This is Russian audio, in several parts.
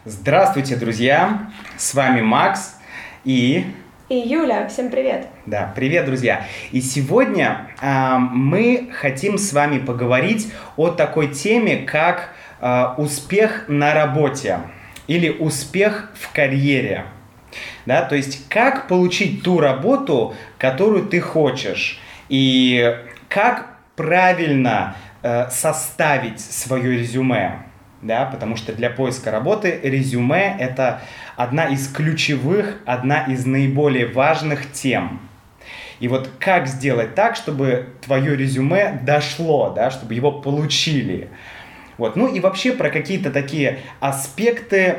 Здравствуйте, друзья! С вами Макс и Юля. Всем привет! Да, привет, друзья! И сегодня мы хотим с вами поговорить о такой теме, как успех на работе или успех в карьере. Да, то есть, как получить ту работу, которую ты хочешь, и как правильно составить свое резюме. Да, потому что для поиска работы резюме – это одна из ключевых, одна из наиболее важных тем. И вот как сделать так, чтобы твое резюме дошло, да, чтобы его получили. Вот. Ну и вообще про какие-то такие аспекты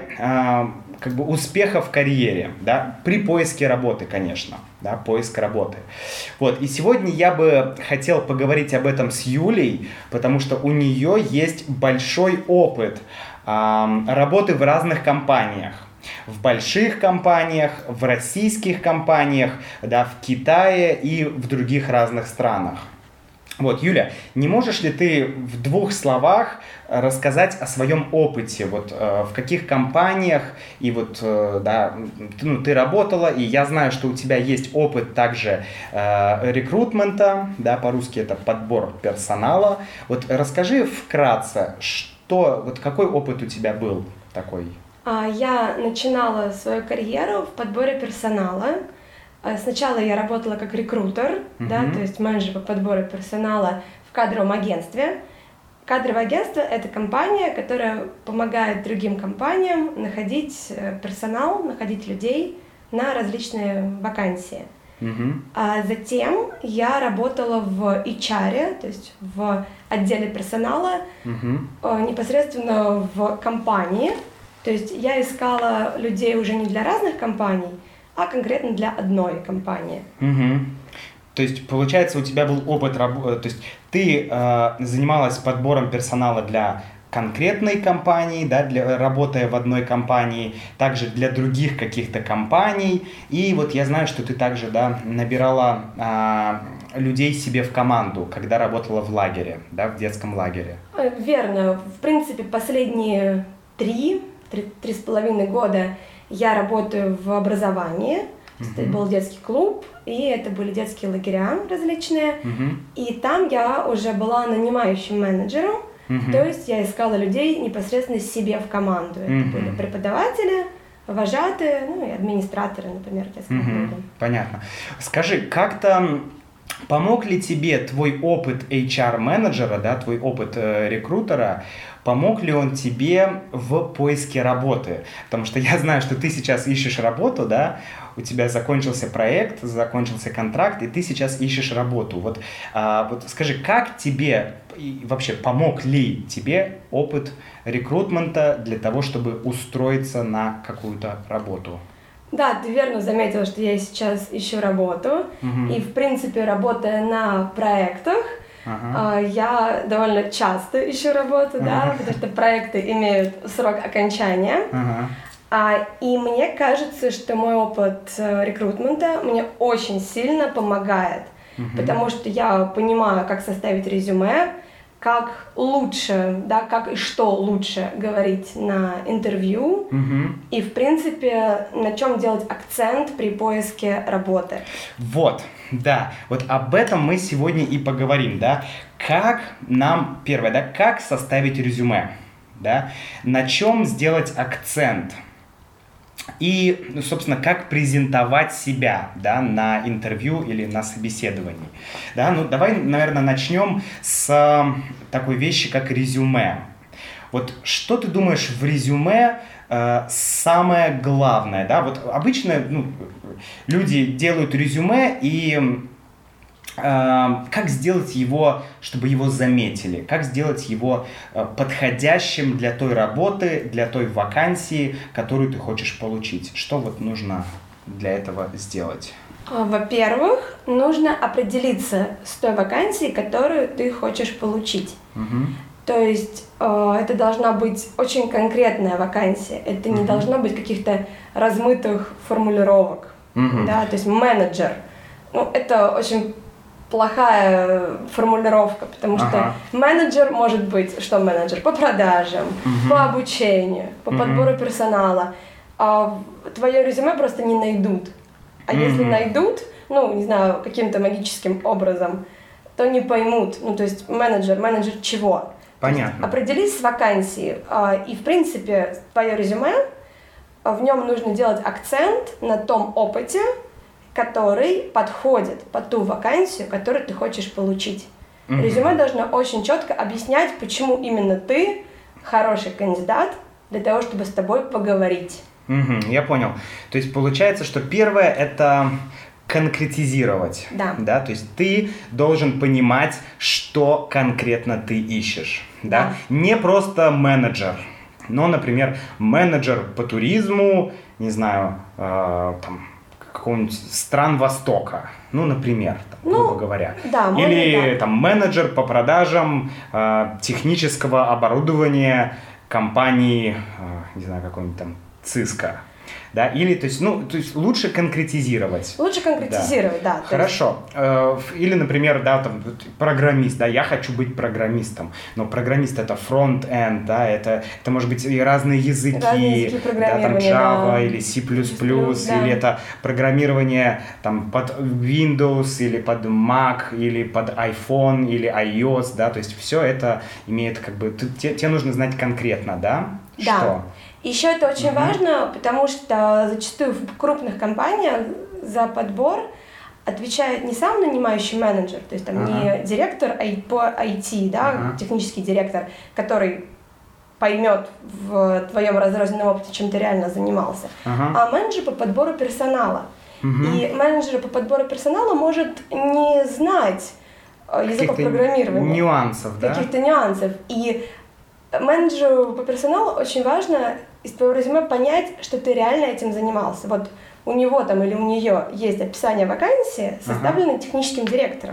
успеха в карьере, да, при поиске работы, конечно, да, поиск работы. Вот. И сегодня я бы хотел поговорить об этом с Юлей, потому что у нее есть большой опыт работы в разных компаниях. В больших компаниях, в российских компаниях, да, в Китае и в других разных странах. Вот, Юля, не можешь ли ты в двух словах рассказать о своем опыте, вот в каких компаниях и вот, да, ты работала, и я знаю, что у тебя есть опыт также рекрутмента, да, по-русски это подбор персонала. Вот расскажи вкратце, какой опыт у тебя был такой? Я начинала свою карьеру в подборе персонала. Сначала я работала как рекрутер, да, то есть менеджер по подбору персонала в кадровом агентстве. Кадровое агентство – это компания, которая помогает другим компаниям находить персонал, находить людей на различные вакансии. А затем я работала в HR, то есть в отделе персонала, непосредственно в компании. То есть я искала людей уже не для разных компаний, а конкретно для одной компании. То есть, получается, у тебя был опыт работы, то есть ты занималась подбором персонала для конкретной компании, да, работая в одной компании, также для других каких-то компаний. И вот я знаю, что ты также, да, набирала людей себе в команду, когда работала в лагере, да, в детском лагере. Верно. В принципе, последние 3,5 года я работаю в образовании. Это был детский клуб, и это были детские лагеря различные. И там я уже была нанимающим менеджером, то есть я искала людей непосредственно себе в команду. Это были преподаватели, вожатые, и администраторы, например, в детском клубе. Понятно. Скажи, как-то помог ли тебе твой опыт HR-менеджера, да, твой опыт рекрутера, помог ли он тебе в поиске работы? Потому что я знаю, что ты сейчас ищешь работу, да, у тебя закончился проект, закончился контракт, и ты сейчас ищешь работу. Вот скажи, как тебе и вообще помог ли тебе опыт рекрутмента для того, чтобы устроиться на какую-то работу? Да, ты верно заметила, что я сейчас ищу работу, и, в принципе, работая на проектах, я довольно часто ищу работу, да, потому что проекты имеют срок окончания. И мне кажется, что мой опыт рекрутмента мне очень сильно помогает, потому что я понимаю, как составить резюме, как лучше, да, как и что лучше говорить на интервью, и, в принципе, на чем делать акцент при поиске работы. Вот, да, вот об этом мы сегодня и поговорим, да, первое, да, как составить резюме, да, на чем сделать акцент. И, собственно, как презентовать себя, да, на интервью или на собеседовании. Да, давай, наверное, начнем с такой вещи, как резюме. Вот что ты думаешь в резюме самое главное? Да? Вот обычно люди делают резюме, и как сделать его, чтобы его заметили, как сделать его подходящим для той работы, для той вакансии, которую ты хочешь получить. Что вот нужно для этого сделать? Во-первых, нужно определиться с той вакансией, которую ты хочешь получить. То есть это должна быть очень конкретная вакансия, это не должно быть каких-то размытых формулировок. Да? То есть менеджер, это очень плохая формулировка, потому что менеджер может быть, что менеджер? По продажам, по обучению, по подбору персонала. А твое резюме просто не найдут. А если найдут, ну, не знаю, каким-то магическим образом, то не поймут. Ну, то есть менеджер чего? Понятно. Определись с вакансией. И, в принципе, твое резюме, в нем нужно делать акцент на том опыте, который подходит под ту вакансию, которую ты хочешь получить. Резюме должно очень четко объяснять, почему именно ты хороший кандидат для того, чтобы с тобой поговорить. Я понял. То есть получается, что первое – это конкретизировать. Да. То есть ты должен понимать, что конкретно ты ищешь. Да? Не просто менеджер, но, например, менеджер по туризму, не знаю, там, какого-нибудь стран Востока, ну, например, там, грубо говоря. Да, или там менеджер по продажам технического оборудования компании, не знаю, какой-нибудь там Cisco. Да, или, то есть лучше конкретизировать. Лучше конкретизировать, да. Хорошо. Или, например, да, там, программист, да, я хочу быть программистом, но программист это фронт-энд, да, это может быть и разные языки, да, там Java или C++, или это программирование там под Windows, или под Mac, или под iPhone, или iOS, да, то есть все это имеет как бы, тебе нужно знать конкретно, да, что? Еще это очень важно, потому что зачастую в крупных компаниях за подбор отвечает не сам нанимающий менеджер, то есть там не директор по IT, да, технический директор, который поймет в твоем разрозненном опыте, чем ты реально занимался, а менеджер по подбору персонала. И менеджер по подбору персонала может не знать языков программирования. Нюансов, да? Каких-то нюансов. И менеджеру по персоналу очень важно из твоего резюме понять, что ты реально этим занимался. Вот у него там или у нее есть описание вакансии, составленное техническим директором.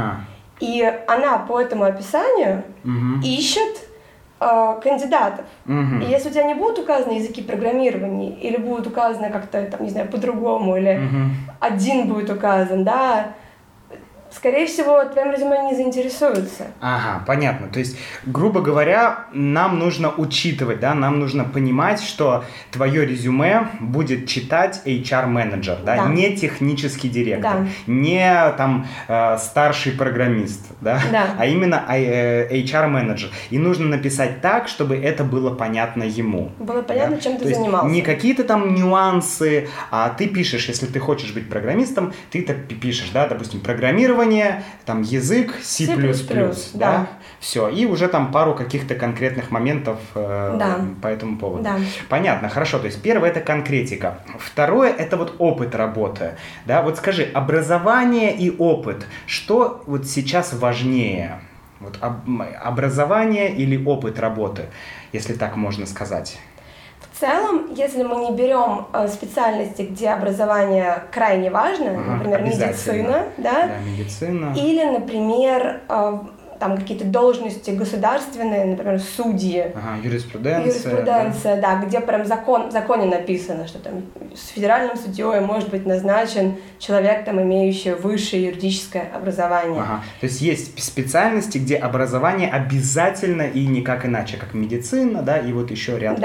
И она по этому описанию ищет кандидатов. И если у тебя не будут указаны языки программирования, или будут указаны как-то, там, не знаю, по-другому, или один будет указан, да, скорее всего, твоим резюме не заинтересуются. Понятно. То есть, грубо говоря, нам нужно учитывать, да, нам нужно понимать, что твое резюме будет читать HR-менеджер, да, не технический директор, не там старший программист, да, а именно HR-менеджер. И нужно написать так, чтобы это было понятно ему. Было понятно, чем ты занимался. Не какие-то там нюансы, а ты пишешь, если ты хочешь быть программистом, ты так пишешь, да, допустим, программирование, там язык C++, да, все, и уже там пару каких-то конкретных моментов по этому поводу. Понятно, хорошо, то есть первое это конкретика, второе это вот опыт работы, да, вот скажи, образование и опыт, что вот сейчас важнее, вот образование или опыт работы, если так можно сказать? В целом, если мы не берем специальности, где образование крайне важно, например, медицина, медицина. Или, например, там какие-то должности государственные, например, судьи. Юриспруденция, да, где прям в законе написано, что там с федеральным судьей может быть назначен человек, там, имеющий высшее юридическое образование. То есть есть специальности, где образование обязательно и никак иначе, как медицина, да, и вот еще ряд,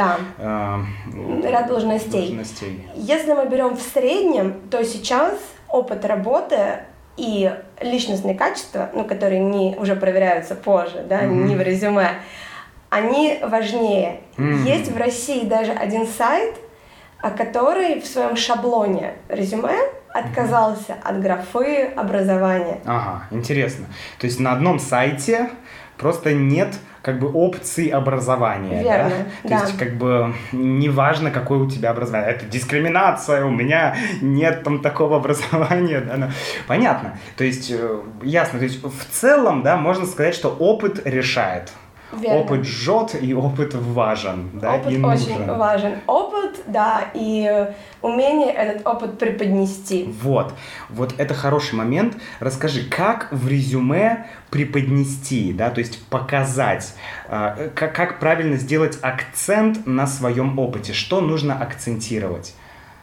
ряд должностей. Если мы берем в среднем, то сейчас опыт работы и личностные качества, которые уже проверяются позже, да, не в резюме, они важнее. Есть в России даже один сайт, который в своем шаблоне резюме отказался от графы образования. Интересно. То есть на одном сайте просто нет как бы опций образования. Верно, да? То есть как бы неважно, какое у тебя образование. Это дискриминация, у меня нет там такого образования. Да? Понятно. То есть ясно. То есть в целом, да, можно сказать, что опыт решает. Верно. Опыт жжет, и опыт важен, да, опыт и нужен. Очень важен. Опыт, да, и умение этот опыт преподнести. Вот это хороший момент. Расскажи, как в резюме преподнести, да, то есть показать, как правильно сделать акцент на своем опыте, что нужно акцентировать?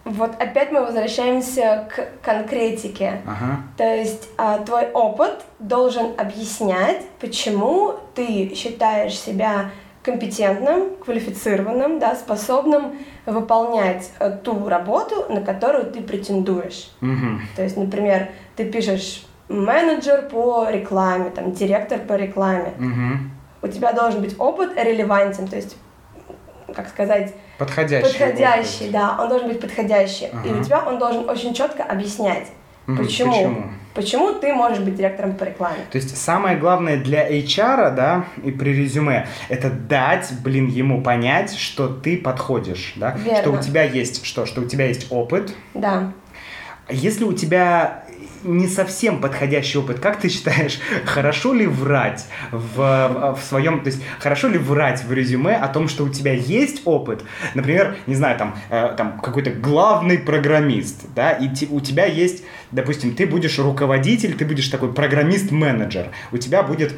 Вот опять мы возвращаемся к конкретике. То есть твой опыт должен объяснять, почему ты считаешь себя компетентным, квалифицированным, да, способным выполнять ту работу, на которую ты претендуешь. То есть, например, ты пишешь менеджер по рекламе, там, директор по рекламе. У тебя должен быть опыт релевантен, то есть, как сказать, подходящий, да, он должен быть подходящий. И у тебя он должен очень четко объяснять, почему ты можешь быть директором по рекламе. То есть самое главное для HR, да, и при резюме, это дать, ему понять, что ты подходишь, да, Верно. Что у тебя есть что у тебя есть опыт. Да. Если у тебя не совсем подходящий опыт, как ты считаешь, хорошо ли врать в своем, то есть хорошо ли врать в резюме о том, что у тебя есть опыт, например, не знаю, там какой-то главный программист, да, и у тебя есть, допустим, ты будешь руководитель, ты будешь такой программист-менеджер, у тебя будет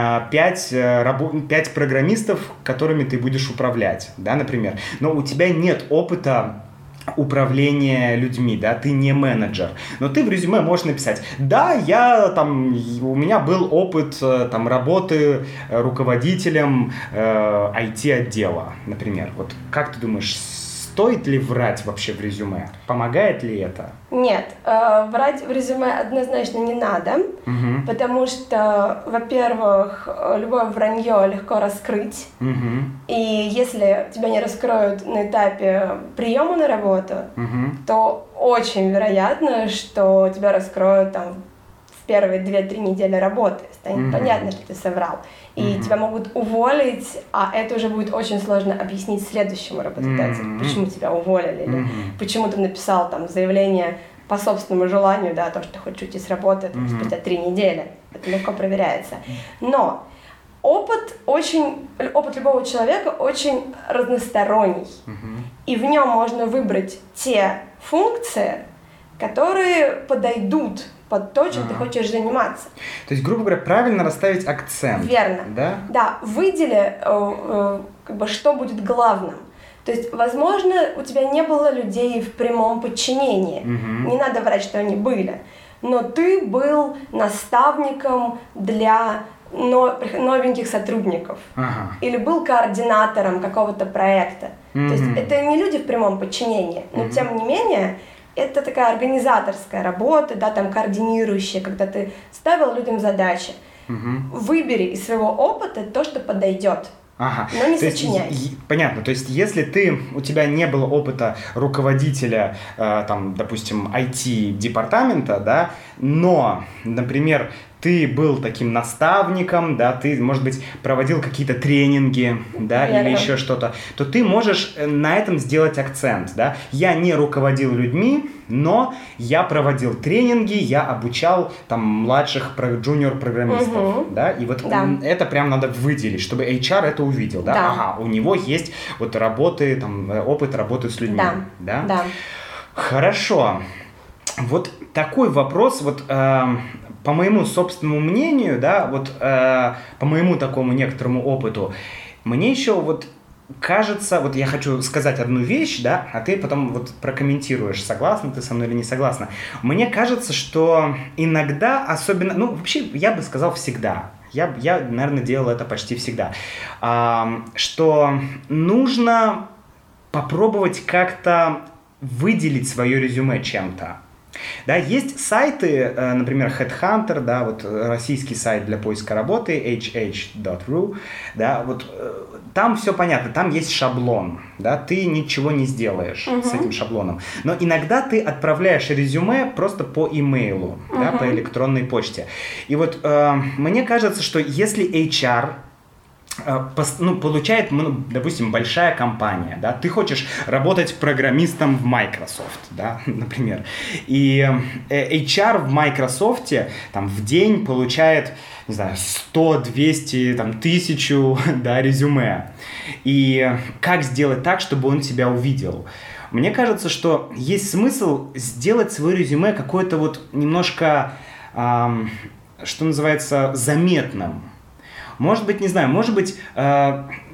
5 программистов, которыми ты будешь управлять, да, например, но у тебя нет опыта управление людьми, да, ты не менеджер, но ты в резюме можешь написать: да, у меня был опыт работы руководителем IT-отдела, например. Вот как ты думаешь, стоит ли врать вообще в резюме? Помогает ли это? Нет, врать в резюме однозначно не надо, потому что, во-первых, любое вранье легко раскрыть, и если тебя не раскроют на этапе приема на работу, то очень вероятно, что тебя раскроют там в первые 2-3 недели работы. Станет понятно, что ты соврал. И тебя могут уволить, а это уже будет очень сложно объяснить следующему работодателю, почему тебя уволили, или почему ты написал там заявление по собственному желанию, да, то, что ты хочешь уйти с работы спустя 3 недели. Это легко проверяется. Но опыт любого человека очень разносторонний. И в нем можно выбрать те функции, которые подойдут под то, чем ты хочешь заниматься. То есть, грубо говоря, правильно расставить акцент. Верно. Да? Да, выдели, что будет главным. То есть, возможно, у тебя не было людей в прямом подчинении. Не надо врать, что они были. Но ты был наставником для новеньких сотрудников. Или был координатором какого-то проекта. То есть, это не люди в прямом подчинении. Но, тем не менее, это такая организаторская работа, да, там координирующая, когда ты ставил людям задачи. Выбери из своего опыта то, что подойдет. Но не сочиняй. Понятно. То есть, если у тебя не было опыта руководителя, допустим, IT-департамента, да, но, например, ты был таким наставником, да, ты, может быть, проводил какие-то тренинги, да, или еще что-то, то ты можешь на этом сделать акцент, да. Я не руководил людьми, но я проводил тренинги, я обучал младших джуниор-программистов, да, и вот это прям надо выделить, чтобы HR это увидел, да, у него есть вот опыт работы с людьми, да. Хорошо. Вот такой вопрос, по моему собственному мнению, да, по моему такому некоторому опыту, мне еще кажется, я хочу сказать одну вещь, да, а ты потом прокомментируешь, согласна ты со мной или не согласна. Мне кажется, что иногда, особенно, вообще, я бы сказал всегда, я, наверное, делал это почти всегда, что нужно попробовать как-то выделить свое резюме чем-то. Да, есть сайты, например, Headhunter, да, российский сайт для поиска работы, hh.ru, да, там все понятно, там есть шаблон, да, ты ничего не сделаешь с этим шаблоном, но иногда ты отправляешь резюме просто по имейлу, да, по электронной почте. И мне кажется, что если HR получает, допустим, большая компания, да, ты хочешь работать программистом в Microsoft, да, например, и HR в Microsoft в день получает, не знаю, 100, 200, 1000, да, резюме. И как сделать так, чтобы он тебя увидел? Мне кажется, что есть смысл сделать свое резюме какое-то немножко, что называется, заметным. Может быть, не знаю, может быть,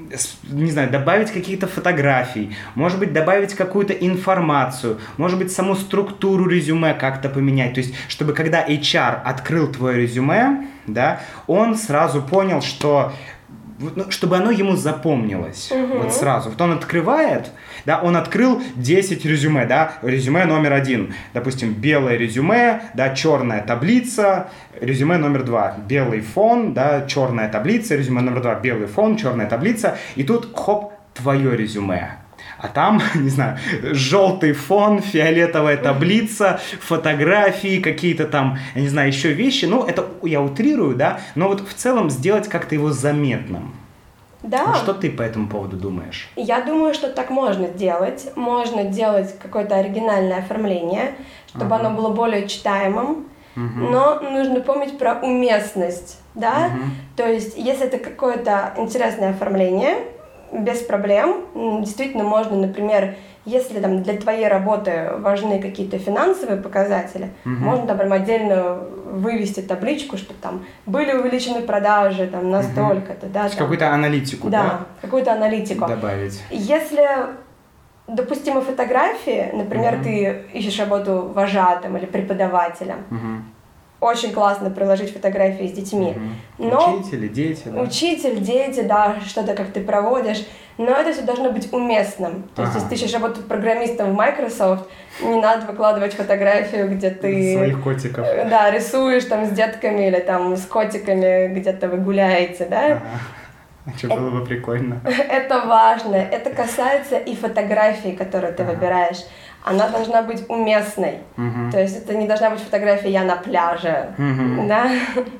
не знаю, добавить какие-то фотографии, может быть, добавить какую-то информацию, может быть, саму структуру резюме как-то поменять. То есть, чтобы когда HR открыл твое резюме, да, он сразу понял, что чтобы оно ему запомнилось. Вот сразу. Вот он открывает, да, он открыл 10 резюме, да, резюме номер 1, допустим, белое резюме, да, черная таблица, резюме номер 2, белый фон, да, черная таблица, резюме номер 2, белый фон, черная таблица, и тут, хоп, твое резюме. А там, не знаю, желтый фон, фиолетовая таблица, фотографии, какие-то там, я не знаю, еще вещи. Ну, это я утрирую, да, но вот в целом сделать как-то его заметным. Да. Что ты по этому поводу думаешь? Я думаю, что так можно делать. Можно делать какое-то оригинальное оформление, чтобы оно было более читаемым. Но нужно помнить про уместность, да? То есть, если это какое-то интересное оформление, без проблем. Действительно можно, например, если там для твоей работы важны какие-то финансовые показатели, можно там прям отдельно вывести табличку, что там были увеличены продажи там настолько-то, да. Какую-то аналитику, да? Да, какую-то аналитику. Добавить. Если допустимы фотографии, например, ты ищешь работу вожатым или преподавателем, очень классно приложить фотографии с детьми. Но учитель, дети, да? Учитель, дети, да, что-то как ты проводишь. Но это все должно быть уместным. То есть, если ты ищешь работу программистом в Microsoft, не надо выкладывать фотографию, где ты... Своих котиков. Да, рисуешь там с детками или там с котиками, где-то вы гуляете, да? Что было бы прикольно. Это важно. Это касается и фотографий, которые ты выбираешь. Она должна быть уместной. То есть это не должна быть фотография «я на пляже». Да?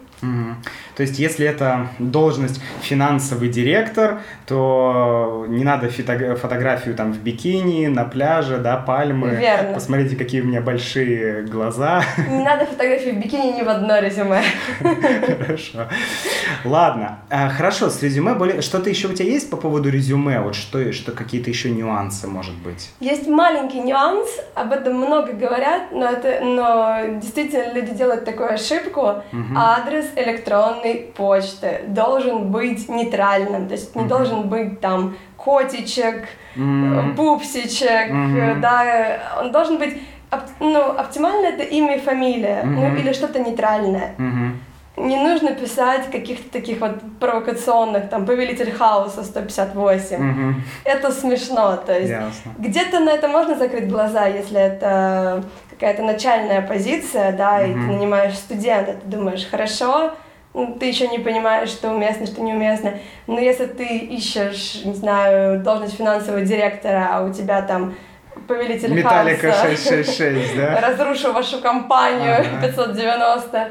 То есть, если это должность финансовый директор, то не надо фотографию там в бикини, на пляже, да, пальмы. Верно. Посмотрите, какие у меня большие глаза. Не надо фотографии в бикини ни в одно резюме. Хорошо. Ладно. Хорошо, с резюме что-то еще у тебя есть по поводу резюме? Вот что какие-то еще нюансы, может быть? Есть маленький нюанс, об этом много говорят, но действительно люди делают такую ошибку. Адрес электронной почты должен быть нейтральным, то есть не должен быть там котичек, пупсичек, да, он должен быть, оптимально это имя и фамилия, или что-то нейтральное. Не нужно писать каких-то таких вот провокационных, там, повелитель хаоса 158. Это смешно, то есть где-то на это можно закрыть глаза, если это какая-то начальная позиция, да, и ты нанимаешь студента, ты думаешь, хорошо, ты еще не понимаешь, что уместно, что неуместно, но если ты ищешь, не знаю, должность финансового директора, а у тебя там повелитель Металлика хаоса, 666, да? Разрушу вашу компанию 590.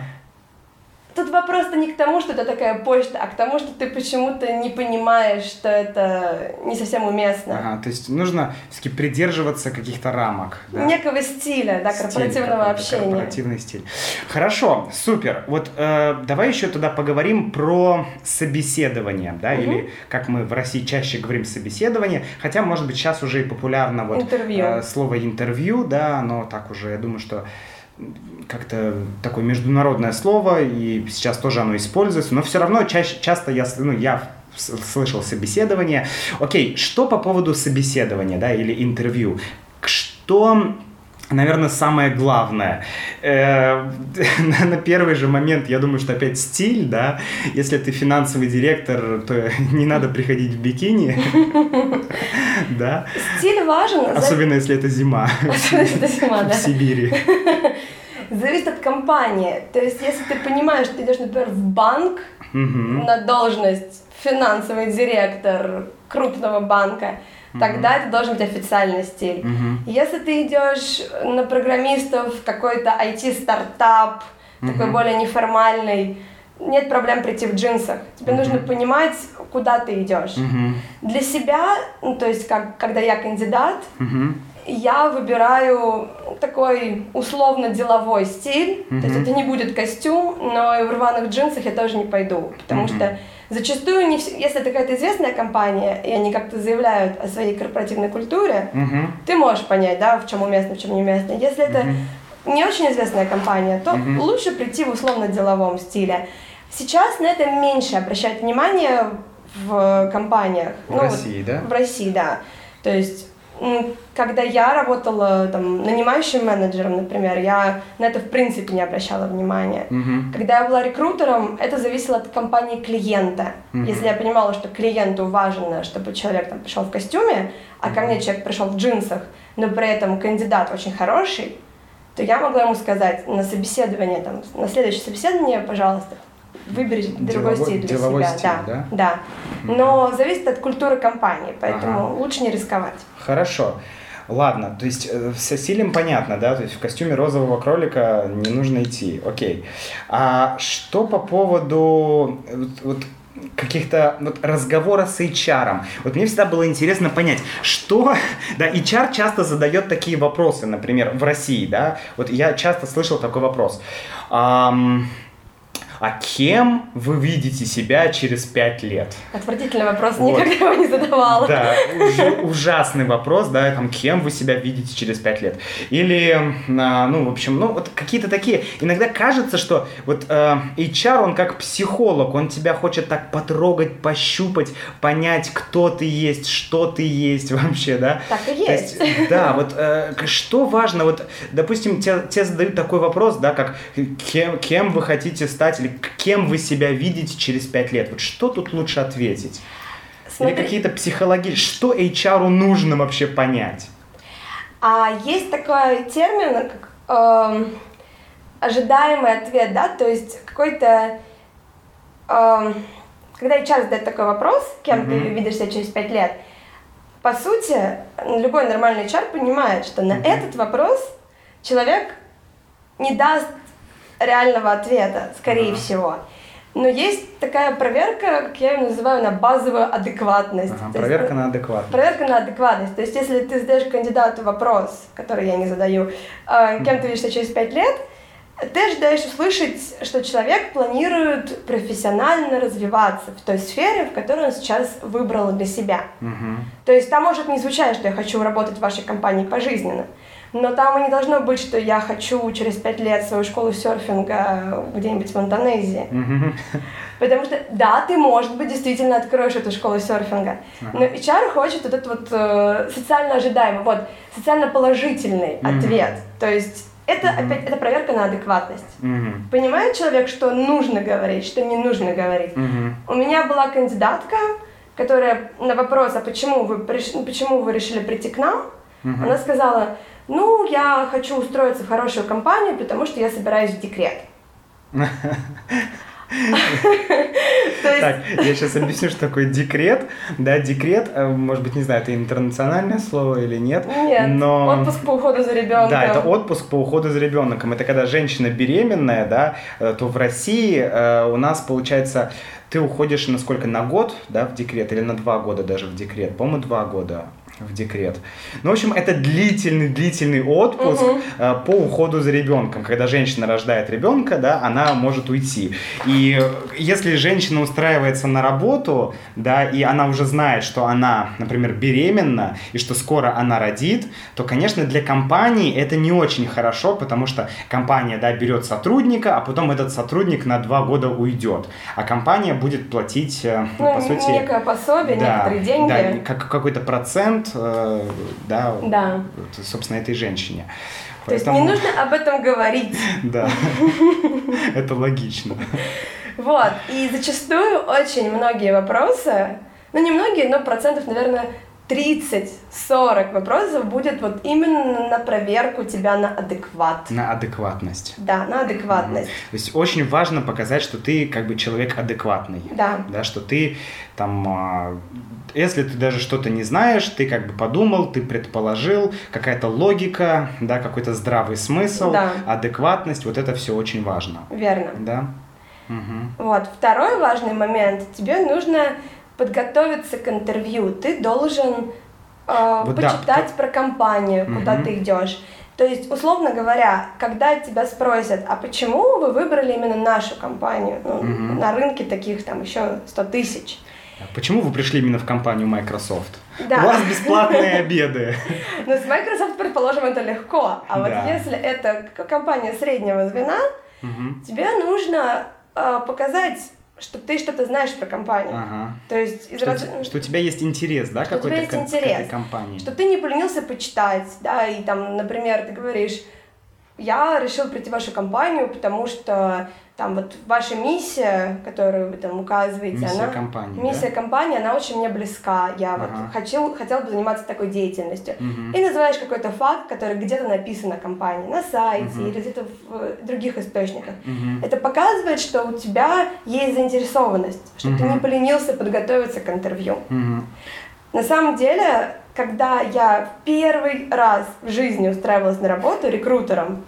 Тут вопрос-то не к тому, что это такая почта, а к тому, что ты почему-то не понимаешь, что это не совсем уместно. То есть нужно все-таки придерживаться каких-то рамок. Да? Некого стиля, да, корпоративного общения. Корпоративный стиль. Хорошо, супер. Вот давай еще тогда поговорим про собеседование, да, или как мы в России чаще говорим собеседование, хотя, может быть, сейчас уже и популярно вот слово интервью, да, оно так уже, я думаю, что как-то такое международное слово, и сейчас тоже оно используется, но все равно часто я слышал собеседование. Окей, что по поводу собеседования, да, или интервью? Что, наверное, самое главное? На первый же момент, я думаю, что опять стиль, да, если ты финансовый директор, то не надо приходить в бикини, да. Стиль важен. Особенно, если это зима. В Сибири. Зависит от компании. То есть, если ты понимаешь, что ты идешь, например, в банк на должность финансовый директор крупного банка, тогда это должен быть официальный стиль. Если ты идешь на программистов в какой-то IT-стартап, такой более неформальный, нет проблем прийти в джинсах. Тебе нужно понимать, куда ты идешь. Для себя, то есть, когда я кандидат, я выбираю такой условно-деловой стиль. То есть это не будет костюм, но и в рваных джинсах я тоже не пойду. Потому что зачастую, если это какая-то известная компания, и они как-то заявляют о своей корпоративной культуре, ты можешь понять, да, в чем уместно, в чем неуместно. Если это не очень известная компания, то лучше прийти в условно-деловом стиле. Сейчас на это меньше обращают внимание в компаниях. В России, да? В России, да. То есть, когда я работала там нанимающим менеджером, например, я на это в принципе не обращала внимания. Когда я была рекрутером, это зависело от компании клиента. Если я понимала, что клиенту важно, чтобы человек там пришел в костюме, а ко мне человек пришел в джинсах, но при этом кандидат очень хороший, то я могла ему сказать на собеседование, там, на следующее собеседование, пожалуйста, выбери другой стиль для деловой себя. Стиль, да. Но зависит от культуры компании, поэтому лучше не рисковать. Хорошо. Ладно, то есть со стилем понятно, да? То есть в костюме розового кролика не нужно идти. Окей. А что по поводу каких-то разговора с HR? Вот мне всегда было интересно понять, что... Да, HR часто задает такие вопросы, например, в России, да? Вот я часто слышал такой вопрос. А кем вы видите себя через 5 лет? Отвратительный вопрос, никогда его не задавала. Да, ужасный вопрос, да, там, кем вы себя видите через 5 лет? Или, в общем, вот какие-то такие, иногда кажется, что вот HR, он как психолог, он тебя хочет так потрогать, пощупать, понять, кто ты есть, что ты есть вообще, да? Так и есть. То есть, да, вот что важно, вот, допустим, тебе задают такой вопрос, да, как кем вы хотите стать, или кем вы себя видите через 5 лет? Вот что тут лучше ответить? Смотри. Или какие-то психологические... Что HR нужно вообще понять? Есть такой термин, как ожидаемый ответ, да? То есть какой-то... когда HR задает такой вопрос, кем ты видишь себя через 5 лет, по сути, любой нормальный HR понимает, что на этот вопрос человек не даст реального ответа, скорее всего. Но есть такая проверка, как я ее называю, на базовую адекватность. Проверка на адекватность. Проверка на адекватность. То есть, если ты задаешь кандидату вопрос, который я не задаю, кем ты видишься через 5 лет, ты ожидаешь услышать, что человек планирует профессионально развиваться в той сфере, в которой он сейчас выбрал для себя. То есть, там может не звучать, что я хочу работать в вашей компании пожизненно. Но там и не должно быть, что я хочу через 5 лет свою школу серфинга где-нибудь в Индонезии. Потому что, да, ты, может быть, действительно откроешь эту школу серфинга, но HR хочет вот этот социально ожидаемый, социально положительный ответ. То есть это опять это проверка на адекватность. Понимает человек, что нужно говорить, что не нужно говорить. У меня была кандидатка, которая на вопрос, а почему вы решили прийти к нам, она сказала: я хочу устроиться в хорошую компанию, потому что я собираюсь в декрет. Так, я сейчас объясню, что такое декрет. Да, декрет, может быть, не знаю, это интернациональное слово или нет. Нет, но... отпуск по уходу за ребенком. Да, это отпуск по уходу за ребенком. Это когда женщина беременная, да, то в России у нас, получается, ты уходишь на год, да, в декрет, или на 2 года даже в декрет. По-моему, 2 года в декрет. В общем, это длительный отпуск по уходу за ребенком. Когда женщина рождает ребенка, да, она может уйти. И если женщина устраивается на работу, да, и она уже знает, что она, например, беременна, и что скоро она родит, то, конечно, для компании это не очень хорошо, потому что компания, да, берет сотрудника, а потом этот сотрудник на 2 года уйдет. А компания будет платить, по сути... некое пособие, некоторые деньги. Да, какой-то процент, да, собственно, этой женщине. То есть не нужно об этом говорить. Да, это логично. И зачастую очень многие вопросы, не многие, но процентов, наверное, 30-40 вопросов будет именно на проверку тебя на адекват. На адекватность. Да, на адекватность. То есть очень важно показать, что ты как бы человек адекватный. Да. Что ты там, если ты даже что-то не знаешь, ты как бы подумал, ты предположил, какая-то логика, да, какой-то здравый смысл, адекватность, это все очень важно. Верно. Да. Второй важный момент. Тебе нужно подготовиться к интервью. Ты должен почитать про компанию, куда ты идешь. То есть, условно говоря, когда тебя спросят, а почему вы выбрали именно нашу компанию? На рынке таких там еще 100 тысяч. Почему вы пришли именно в компанию Microsoft? Да. У вас бесплатные обеды. С Microsoft, предположим, это легко. А если это компания среднего звена, тебе нужно показать, что ты что-то знаешь про компанию. Ага. То есть что у тебя есть интерес, да, какой-то к этой компании. Что ты не поленился почитать, да, и там, например, ты говоришь, я решил прийти в вашу компанию, потому что там вот ваша миссия, которую вы там указываете, миссия компании, она очень мне близка. Я вот хотела бы заниматься такой деятельностью. И называешь какой-то факт, который где-то написан о компании, на сайте или где-то в других источниках. Это показывает, что у тебя есть заинтересованность, что ты не поленился подготовиться к интервью. На самом деле, когда я в первый раз в жизни устраивалась на работу рекрутером,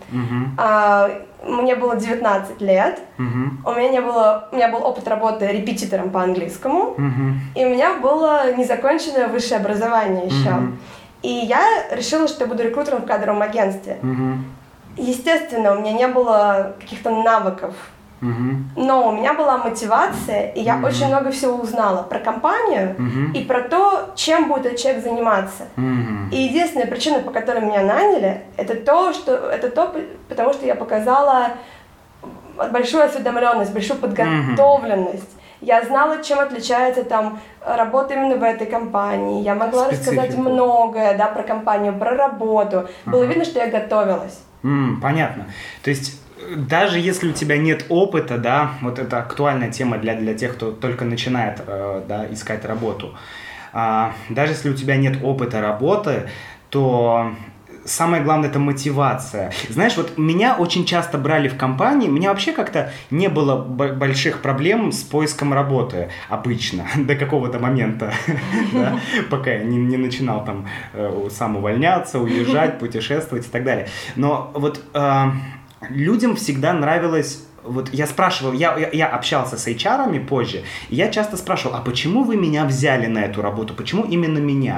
мне было 19 лет, у меня был опыт работы репетитором по английскому, и у меня было незаконченное высшее образование еще. И я решила, что я буду рекрутером в кадровом агентстве. Естественно, у меня не было каких-то навыков, но у меня была мотивация, и я очень много всего узнала про компанию и про то, чем будет этот человек заниматься. И единственная причина, по которой меня наняли, потому что я показала большую осведомленность, большую подготовленность. Я знала, чем отличается там работа именно в этой компании. Я могла рассказать многое, да, про компанию, про работу. Было видно, что я готовилась. Понятно. То есть даже если у тебя нет опыта, да, вот это актуальная тема для тех, кто только начинает искать работу. Даже если у тебя нет опыта работы, то самое главное – это мотивация. Знаешь, вот меня очень часто брали в компании, у меня вообще как-то не было больших проблем с поиском работы обычно, до какого-то момента, пока я не начинал там сам увольняться, уезжать, путешествовать и так далее. Но вот людям всегда нравилось. Вот я спрашивал, я общался с HR-ами позже, и я часто спрашивал, а почему вы меня взяли на эту работу, почему именно меня?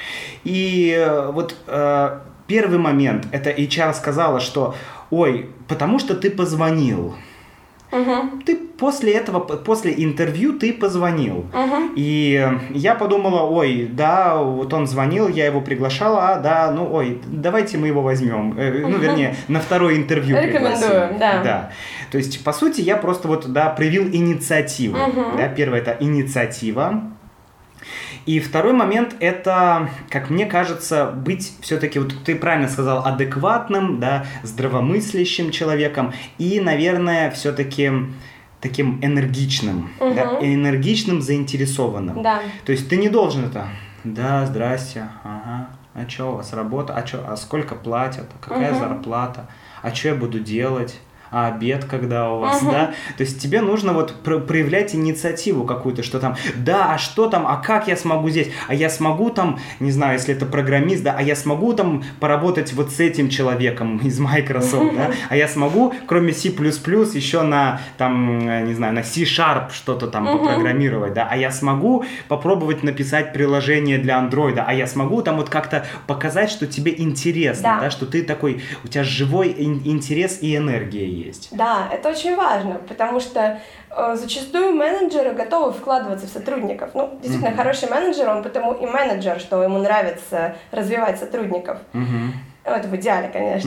И вот первый момент, это HR сказала, что, ой, потому что ты позвонил. Ты после интервью ты позвонил. И я подумала, ой, да, вот он звонил, я его приглашала, давайте мы его возьмем. Вернее, на второе интервью пригласим. Рекомендую, да. То есть, по сути, я просто проявил инициативу. Первое – это инициатива. И второй момент – это, как мне кажется, быть все-таки, вот ты правильно сказал, адекватным, да, здравомыслящим человеком и, наверное, все-таки таким энергичным, да, энергичным, заинтересованным. Да. То есть ты не должен это, да, здрасте, ага, а что у вас работа, а сколько платят, какая зарплата, а что я буду делать? А обед когда у вас, да? То есть тебе нужно проявлять инициативу какую-то, что там, да, а что там, а как я смогу здесь? А я смогу там, не знаю, если это программист, да, а я смогу там поработать вот с этим человеком из Microsoft, да? А я смогу, кроме C++, еще на, там, не знаю, на C# что-то там попрограммировать, да? А я смогу попробовать написать приложение для Android, а я смогу там вот как-то показать, что тебе интересно, да, что ты такой, у тебя живой интерес и энергия есть. Да, это очень важно, потому что зачастую менеджеры готовы вкладываться в сотрудников. Ну, действительно, хороший менеджер, он потому и менеджер, что ему нравится развивать сотрудников. Это в идеале, конечно.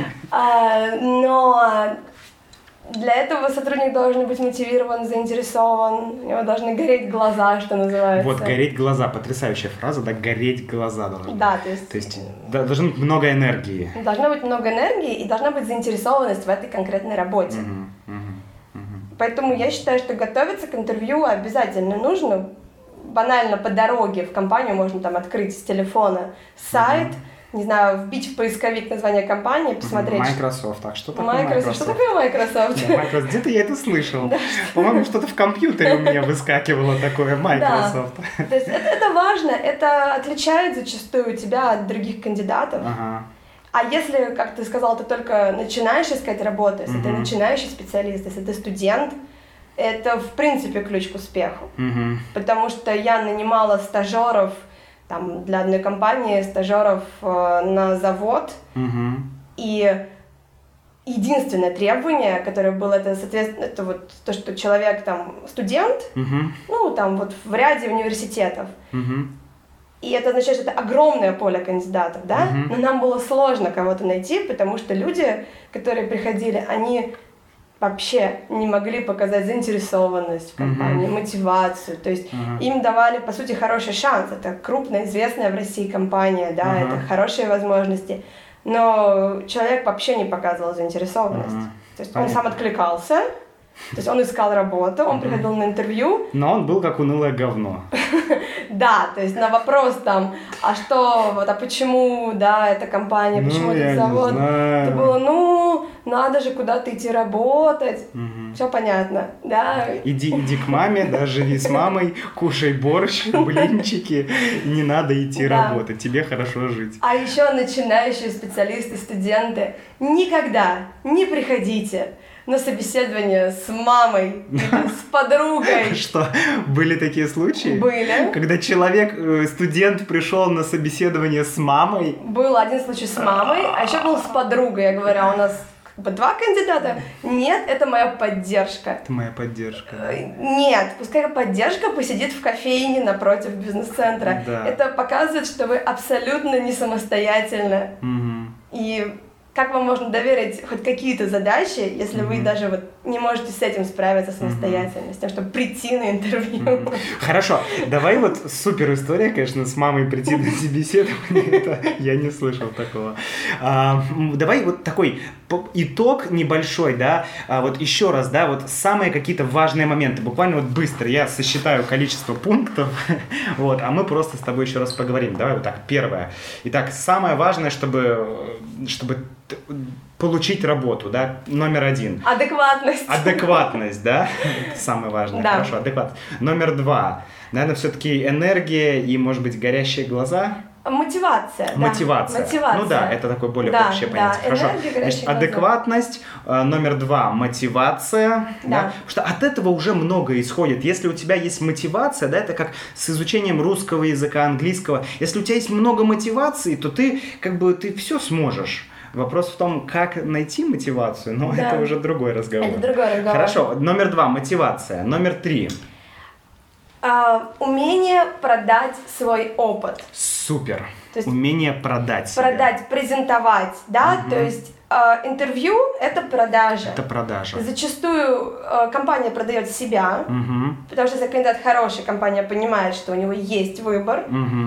Но для этого сотрудник должен быть мотивирован, заинтересован, у него должны гореть глаза, что называется. Вот, гореть глаза, потрясающая фраза, да, гореть глаза должны. Да, то есть должно быть много энергии. Должно быть много энергии и должна быть заинтересованность в этой конкретной работе. Поэтому я считаю, что готовиться к интервью обязательно нужно. Банально по дороге в компанию можно там открыть с телефона сайт, не знаю, вбить в поисковик название компании, посмотреть. Microsoft. Так что такое Microsoft? Что такое Microsoft? Microsoft. Где-то я это слышал. По-моему, что-то в компьютере у меня выскакивало такое Microsoft. Да. То есть это важно, это отличает зачастую тебя от других кандидатов. А если, как ты сказал, ты только начинаешь искать работу, если ты начинающий специалист, если ты студент, это в принципе ключ к успеху. Потому что я нанимала стажеров там, для одной компании, стажеров на завод, и единственное требование, которое было, это, соответственно, это вот то, что человек там студент, ну там вот в ряде университетов. И это означает, что это огромное поле кандидатов, да? Но нам было сложно кого-то найти, потому что люди, которые приходили, они вообще не могли показать заинтересованность в компании, мотивацию. То есть им давали, по сути, хороший шанс. Это крупная, известная в России компания, да, это хорошие возможности. Но человек вообще не показывал заинтересованность. То есть он сам откликался, то есть он искал работу, он приходил на интервью. Но он был как унылое говно. Да, то есть на вопрос там, а что, вот, а почему, да, эта компания, почему этот завод? Это было, надо же куда-то идти работать. Все понятно, да. Иди к маме, да, живи с мамой, кушай борщ, блинчики, не надо идти работать, тебе хорошо жить. А еще начинающие специалисты, студенты, никогда не приходите на собеседование с мамой или с подругой. Что, были такие случаи? Были. Когда студент пришел на собеседование с мамой? Был один случай с мамой, а еще был с подругой. Я говорю, у нас 2 кандидата? Нет, это моя поддержка. Это моя поддержка. Нет, пускай поддержка посидит в кофейне напротив бизнес-центра. Да. Это показывает, что вы абсолютно не самостоятельны. И как вам можно доверить хоть какие-то задачи, если вы даже вот не можете с этим справиться самостоятельно, с тем, чтобы прийти на интервью? Хорошо, давай вот супер история, конечно, с мамой прийти на собеседование, это я не слышал такого. Давай вот такой итог небольшой, да, вот еще раз, да, вот самые какие-то важные моменты, буквально вот быстро, я сосчитаю количество пунктов, вот, а мы просто с тобой еще раз поговорим. Давай вот так, первое. Итак, самое важное, чтобы получить работу, да, номер 1. Адекватность. Адекватность, да, это самое важное, да. Хорошо, адекватность. Номер 2, наверное, все-таки энергия и, может быть, горящие глаза. Мотивация. Мотивация. Ну да, это такое более общее понятие. Хорошо. Значит, адекватность. Номер 2, мотивация. Да. Потому что от этого уже много исходит. Если у тебя есть мотивация, да, это как с изучением русского языка, английского. Если у тебя есть много мотивации, то ты все сможешь. Вопрос в том, как найти мотивацию, но это уже другой разговор. Это другой разговор. Хорошо. Номер 2, мотивация. Номер 3. Умение продать свой опыт. Супер. Умение продать себя. Продать, презентовать, да, то есть интервью – это продажа. Это продажа. Зачастую компания продает себя, потому что если кандидат хороший, компания понимает, что у него есть выбор,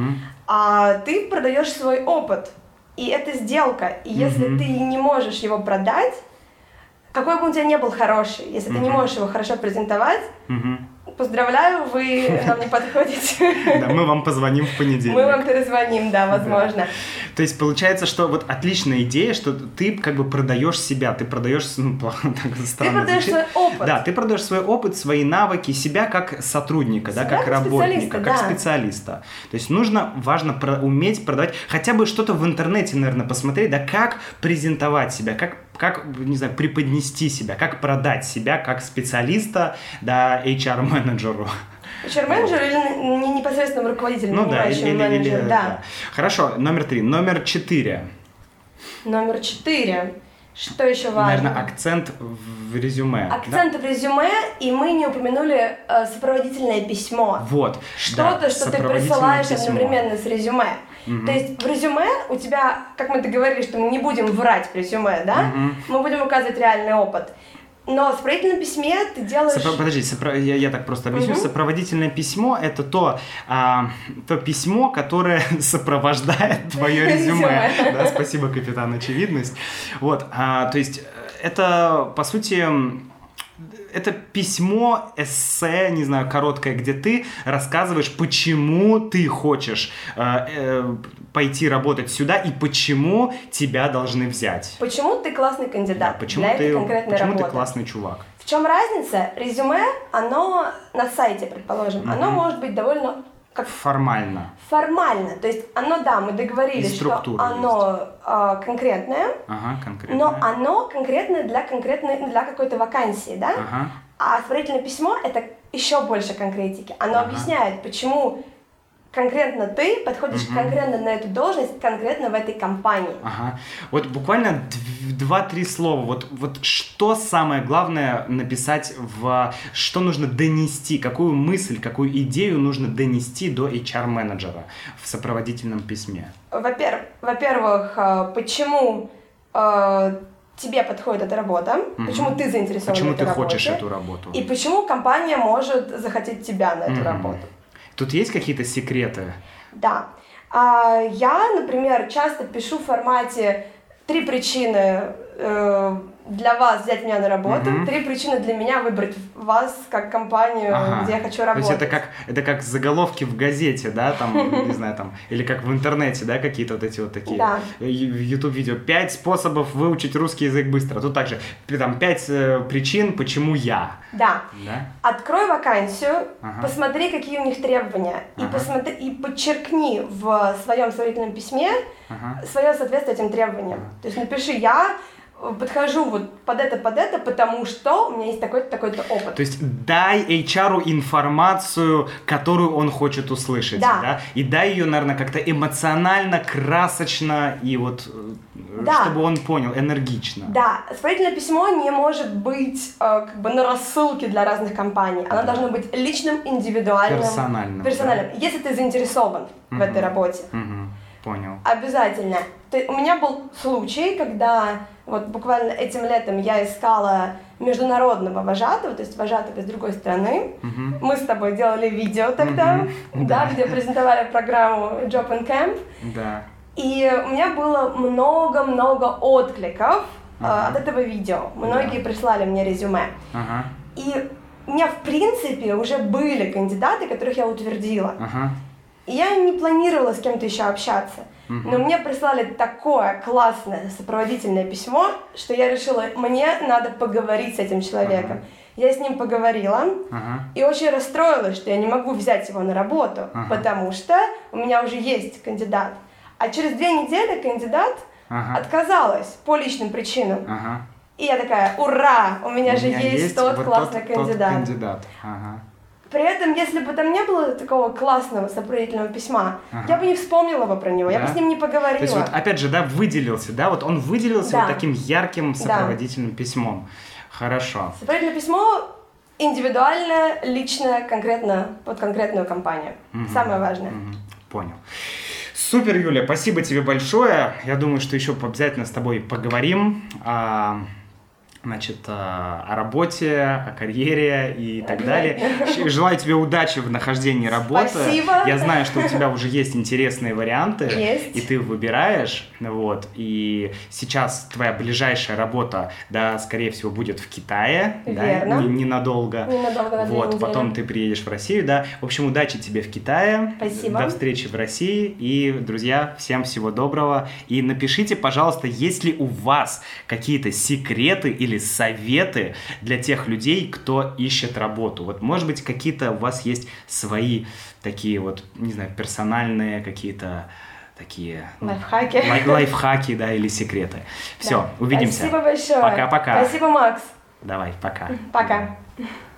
а ты продаешь свой опыт. И это сделка. И если ты не можешь его продать, какой бы он у тебя ни был хороший, если ты не можешь его хорошо презентовать, поздравляю, вы нам не подходите. Да, мы вам позвоним в понедельник. Мы вам перезвоним, да, возможно. Да. То есть получается, что вот отличная идея, что ты как бы продаешь себя, ты продаешь, так странно ты продаешь свой опыт. Да, ты продаешь свой опыт, свои навыки, себя как сотрудника, себя, да, как работника, как специалиста. То есть важно уметь продавать, хотя бы что-то в интернете, наверное, посмотреть, да, как презентовать себя, как, не знаю, преподнести себя, как продать себя как специалиста, да, HR-менеджеру. HR-менеджер или непосредственному руководителю, нанимающему менеджера, да. Хорошо, номер 3. Номер 4. Номер 4. Что еще важно? Наверное, акцент в резюме. Акцент в резюме, и мы не упомянули сопроводительное письмо. Вот. Что-то, что ты присылаешь одновременно с резюме. То есть в резюме у тебя, как мы договорились, что мы не будем врать в резюме, да? Мы будем указывать реальный опыт. Но в сопроводительном письме ты делаешь... Подожди, я так просто объясню. Сопроводительное письмо – это то письмо, которое сопровождает твое резюме. Да, спасибо, капитан Очевидность. Вот, то есть это, по сути... Это письмо, эссе, не знаю, короткое, где ты рассказываешь, почему ты хочешь пойти работать сюда и почему тебя должны взять. Почему ты классный кандидат, да, почему ты классный чувак. В чем разница? Резюме, оно на сайте, предположим, оно может быть довольно... Формально. Формально. То есть оно, да, мы договорились, что оно конкретное, но оно конкретное для какой-то вакансии, да? А сопроводительное письмо – это еще больше конкретики. Оно объясняет, почему конкретно ты подходишь конкретно на эту должность, конкретно в этой компании. Вот буквально 2-3 слова. Вот что самое главное написать, что нужно донести, какую мысль, какую идею нужно донести до HR-менеджера в сопроводительном письме? Во-первых, почему тебе подходит эта работа, почему ты заинтересован почему в этой работе. Почему ты хочешь эту работу. И почему компания может захотеть тебя на эту работу. Тут есть какие-то секреты? Да. Я, например, часто пишу в формате 3 причины для вас взять меня на работу, 3 причины для меня выбрать вас как компанию, где я хочу работать. То есть это как заголовки в газете, да, там, не знаю, там, или как в интернете, да, какие-то вот эти вот такие. Да. YouTube-видео. 5 способов выучить русский язык быстро. Тут также там 5 причин, почему я. Да. Открой вакансию, посмотри, какие у них требования, и подчеркни в своем сравнительном письме свое соответствие этим требованиям. То есть напиши: я подхожу вот под это, потому что у меня есть такой-то, такой-то опыт. То есть дай HR информацию, которую он хочет услышать, да? И дай ее, наверное, как-то эмоционально, красочно и вот, чтобы он понял, энергично. Да, сопроводительное письмо не может быть как бы на рассылке для разных компаний. Оно должно быть личным, индивидуальным, персональным. Да? Если ты заинтересован в этой работе. Понял. Обязательно. У меня был случай, когда вот буквально этим летом я искала международного вожатого, то есть вожатого из другой страны. Мы с тобой делали видео тогда, где презентовали программу Job and Camp. Да. И у меня было много-много откликов от этого видео. Многие прислали мне резюме. И у меня, в принципе, уже были кандидаты, которых я утвердила. И я не планировала с кем-то еще общаться. Но мне прислали такое классное сопроводительное письмо, что я решила, мне надо поговорить с этим человеком. Я с ним поговорила и очень расстроилась, что я не могу взять его на работу, потому что у меня уже есть кандидат. А через 2 недели кандидат отказалась по личным причинам. И я такая: ура, у меня же есть тот классный кандидат. При этом, если бы там не было такого классного сопроводительного письма, я бы не вспомнила бы про него, я бы с ним не поговорила. То есть вот опять же, да, выделился, да, вот он выделился вот таким ярким сопроводительным письмом. Хорошо. Сопроводительное письмо индивидуальное, личное, конкретно под конкретную компанию. Самое важное. Понял. Супер, Юля, спасибо тебе большое. Я думаю, что еще обязательно с тобой поговорим. Значит, о работе, о карьере и так далее. Желаю тебе удачи в нахождении работы. Спасибо. Я знаю, что у тебя уже есть интересные варианты. Есть. И ты выбираешь. Вот. И сейчас твоя ближайшая работа, да, скорее всего, будет в Китае. Верно. Да, ненадолго. Ненадолго, на 2 вот. недели. Потом ты приедешь в Россию, да. В общем, удачи тебе в Китае. Спасибо. До встречи в России. И, друзья, всем всего доброго. И напишите, пожалуйста, есть ли у вас какие-то секреты или советы для тех людей, кто ищет работу. Вот, может быть, какие-то у вас есть свои такие вот, не знаю, персональные какие-то такие... Лайфхаки. Лайфхаки, да, или секреты. Все, увидимся. Спасибо большое. Пока-пока. Спасибо, Макс. Давай, пока. Пока.